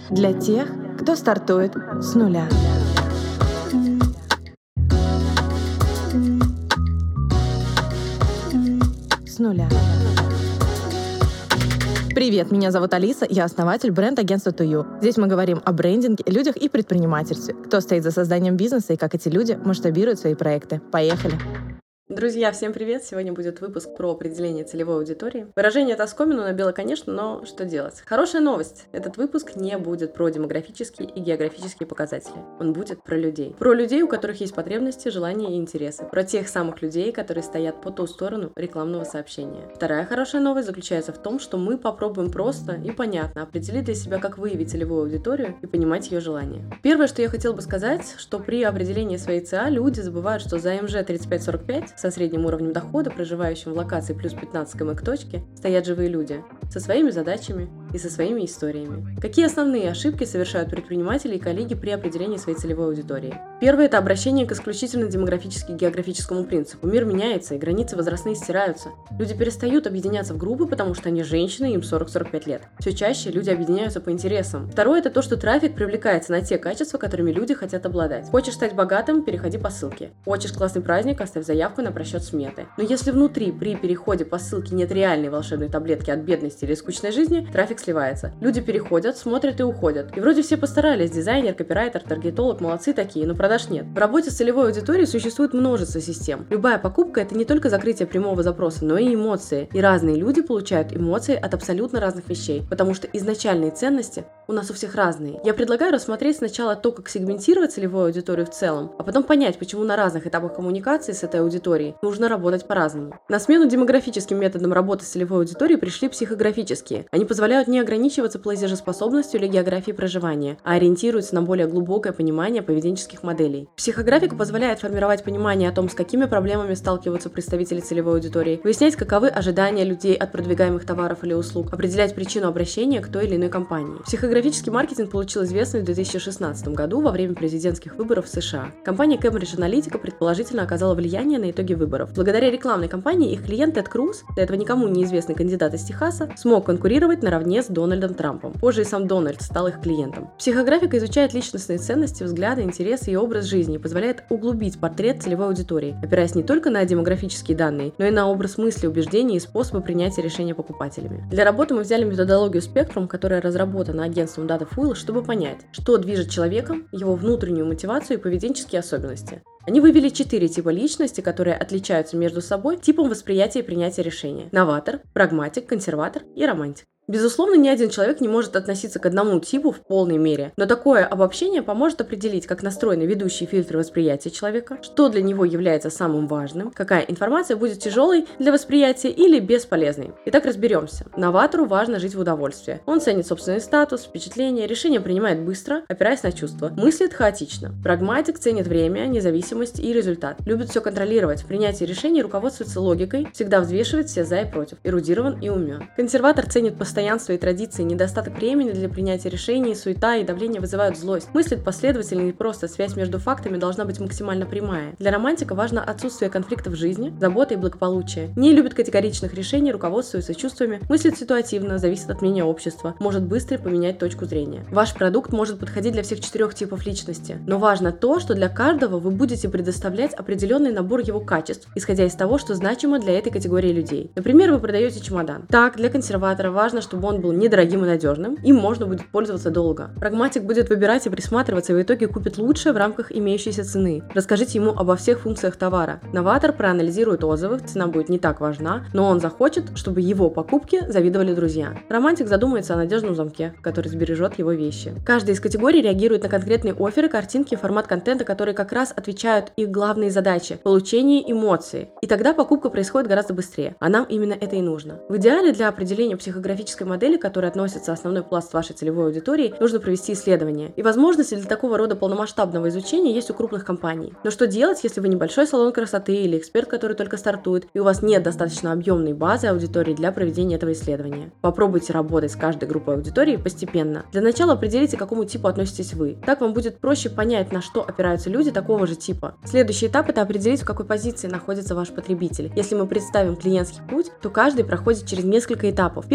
Для тех, кто стартует с нуля. С нуля. Привет, меня зовут Алиса, я основатель бренд-агентства ToYou. Здесь мы говорим о брендинге, людях и предпринимательстве. Кто стоит за созданием бизнеса и как эти люди масштабируют свои проекты. Поехали! Друзья, всем привет! Сегодня будет выпуск про определение целевой аудитории. Выражение тоскомину набило, конечно, но что делать? Хорошая новость! Этот выпуск не будет про демографические и географические показатели. Он будет про людей. Про людей, у которых есть потребности, желания и интересы. Про тех самых людей, которые стоят по ту сторону рекламного сообщения. Вторая хорошая новость заключается в том, что мы попробуем просто и понятно определить для себя, как выявить целевую аудиторию и понимать ее желания. Первое, что я хотела бы сказать, что при определении своей ЦА люди забывают, что за МЖ 35-45 со средним уровнем дохода, проживающим в локации плюс 15 км к точке, стоят живые люди со своими задачами и со своими историями. Какие основные ошибки совершают предприниматели и коллеги при определении своей целевой аудитории? Первое – это обращение к исключительно демографически-географическому принципу. Мир меняется, и границы возрастные стираются. Люди перестают объединяться в группы, потому что они женщины, им 40-45 лет. Все чаще люди объединяются по интересам. Второе – это то, что трафик привлекается на те качества, которыми люди хотят обладать. Хочешь стать богатым – переходи по ссылке. Хочешь классный праздник – оставь заявку на просчет сметы. Но если внутри при переходе по ссылке нет реальной волшебной таблетки от бедности или скучной жизни, трафик сливается. Люди переходят, смотрят и уходят. И вроде все постарались, дизайнер, копирайтер, таргетолог, молодцы такие, но продаж нет. В работе с целевой аудиторией существует множество систем. Любая покупка – это не только закрытие прямого запроса, но и эмоции. И разные люди получают эмоции от абсолютно разных вещей, потому что изначальные ценности у нас у всех разные. Я предлагаю рассмотреть сначала то, как сегментировать целевую аудиторию в целом, а потом понять, почему на разных этапах коммуникации с этой аудиторией нужно работать по-разному. На смену демографическим методам работы с целевой аудиторией пришли психографические. Они позволяют не ограничиваться платежеспособностью или географией проживания, а ориентируются на более глубокое понимание поведенческих моделей. Психографика позволяет формировать понимание о том, с какими проблемами сталкиваются представители целевой аудитории, выяснять, каковы ожидания людей от продвигаемых товаров или услуг, определять причину обращения к той или иной компании. Психографический маркетинг получил известность в 2016 году во время президентских выборов в США. Компания Cambridge Analytica предположительно оказала влияние на итоги выборов. Благодаря рекламной кампании их клиент Тед Круз, до этого никому неизвестный кандидат из Техаса, смог конкурировать наравне с Дональдом Трампом. Позже и сам Дональд стал их клиентом. Психографика изучает личностные ценности, взгляды, интересы и образ жизни и позволяет углубить портрет целевой аудитории, опираясь не только на демографические данные, но и на образ мысли, убеждений и способы принятия решения покупателями. Для работы мы взяли методологию Spectrum, которая разработана агентством Datafuel, чтобы понять, что движет человеком, его внутреннюю мотивацию и поведенческие особенности. Они вывели 4 типа личности, которые отличаются между собой типом восприятия и принятия решения: новатор, прагматик, консерватор и романтик. Безусловно, ни один человек не может относиться к одному типу в полной мере, но такое обобщение поможет определить, как настроены ведущие фильтры восприятия человека, что для него является самым важным, какая информация будет тяжелой для восприятия или бесполезной. Итак, разберемся. Новатору важно жить в удовольствии. Он ценит собственный статус, впечатления, решения принимает быстро, опираясь на чувства, мыслит хаотично. Прагматик ценит время, независимость и результат. Любит все контролировать, в принятии решений руководствуется логикой, всегда взвешивает все за и против, эрудирован и умен. Консерватор ценит постоянство и традиции, недостаток времени для принятия решений, суета и давление вызывают злость. Мыслит последовательно и просто, связь между фактами должна быть максимально прямая. Для романтика важно отсутствие конфликтов в жизни, забота и благополучие. Не любит категоричных решений, руководствуется чувствами, мыслит ситуативно, зависит от мнения общества, может быстро поменять точку зрения. Ваш продукт может подходить для всех 4 типов личности, но важно то, что для каждого вы будете предоставлять определенный набор его качеств, исходя из того, что значимо для этой категории людей. Например, вы продаете чемодан. Так, для консерватора важно, чтобы он был недорогим и надежным, им можно будет пользоваться долго. Прагматик будет выбирать и присматриваться, и в итоге купит лучшее в рамках имеющейся цены. Расскажите ему обо всех функциях товара. Новатор проанализирует отзывы, цена будет не так важна, но он захочет, чтобы его покупке завидовали друзья. Романтик задумается о надежном замке, который сбережет его вещи. Каждая из категорий реагирует на конкретные офферы, картинки, формат контента, которые как раз отвечают их главные задачи – получение эмоций. И тогда покупка происходит гораздо быстрее, а нам именно это и нужно. В идеале для определения психографической модели, к которой относится основной пласт вашей целевой аудитории, нужно провести исследование. И возможности для такого рода полномасштабного изучения есть у крупных компаний. Но что делать, если вы небольшой салон красоты или эксперт, который только стартует, и у вас нет достаточно объемной базы аудитории для проведения этого исследования? Попробуйте работать с каждой группой аудитории постепенно. Для начала определите, к какому типу относитесь вы. Так вам будет проще понять, на что опираются люди такого же типа. Следующий этап – это определить, в какой позиции находится ваш потребитель. Если мы представим клиентский путь, то каждый проходит через несколько этапов. Первый – это стиль.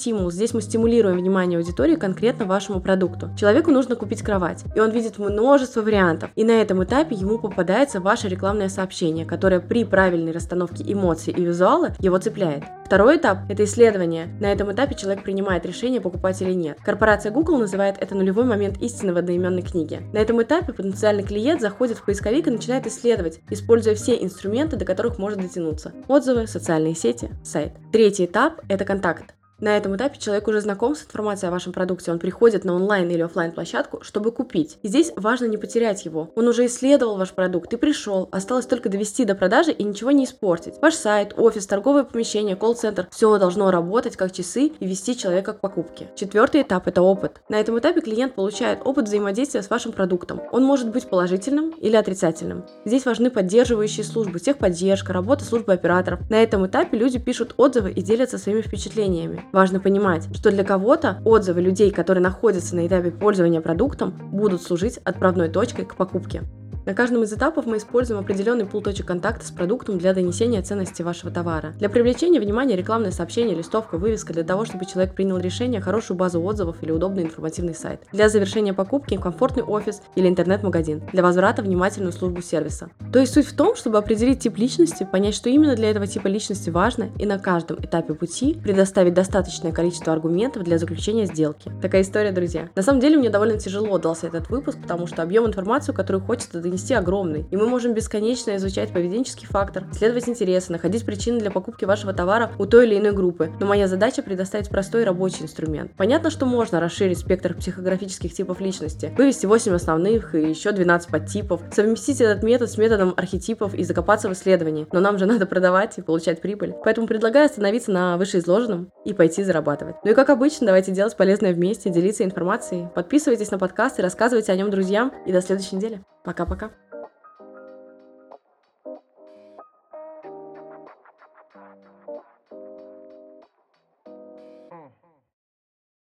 стимул. Здесь мы стимулируем внимание аудитории конкретно вашему продукту. Человеку нужно купить кровать, и он видит множество вариантов. И на этом этапе ему попадается ваше рекламное сообщение, которое при правильной расстановке эмоций и визуала его цепляет. Второй этап – это исследование. На этом этапе человек принимает решение, покупать или нет. Корпорация Google называет это нулевой момент истины в одноименной книге. На этом этапе потенциальный клиент заходит в поисковик и начинает исследовать, используя все инструменты, до которых может дотянуться. Отзывы, социальные сети, сайт. Третий этап – это контакт. На этом этапе человек уже знаком с информацией о вашем продукте, он приходит на онлайн или офлайн площадку, чтобы купить. И здесь важно не потерять его. Он уже исследовал ваш продукт и пришел, осталось только довести до продажи и ничего не испортить. Ваш сайт, офис, торговое помещение, колл-центр – все должно работать как часы и вести человека к покупке. Четвертый этап – это опыт. На этом этапе клиент получает опыт взаимодействия с вашим продуктом. Он может быть положительным или отрицательным. Здесь важны поддерживающие службы, техподдержка, работа службы операторов. На этом этапе люди пишут отзывы и делятся своими впечатлениями. Важно понимать, что для кого-то отзывы людей, которые находятся на этапе пользования продуктом, будут служить отправной точкой к покупке. На каждом из этапов мы используем определенный пул точек контакта с продуктом для донесения ценности вашего товара. Для привлечения внимания рекламное сообщение, листовка, вывеска для того, чтобы человек принял решение, хорошую базу отзывов или удобный информативный сайт. Для завершения покупки комфортный офис или интернет-магазин. Для возврата внимательную службу сервиса. То есть суть в том, чтобы определить тип личности, понять, что именно для этого типа личности важно, и на каждом этапе пути предоставить достаточное количество аргументов для заключения сделки. Такая история, друзья. На самом деле мне довольно тяжело дался этот выпуск, потому что объем информации, которую хочется донести, огромный, и мы можем бесконечно изучать поведенческий фактор, исследовать интересы, находить причины для покупки вашего товара у той или иной группы, но моя задача предоставить простой рабочий инструмент. Понятно, что можно расширить спектр психографических типов личности, вывести 8 основных и еще 12 подтипов, совместить этот метод с методом архетипов и закопаться в исследовании, но нам же надо продавать и получать прибыль, поэтому предлагаю остановиться на вышеизложенном и пойти зарабатывать. Ну и как обычно, давайте делать полезное вместе, делиться информацией, подписывайтесь на подкаст и рассказывайте о нем друзьям, и до следующей недели. Пока-пока.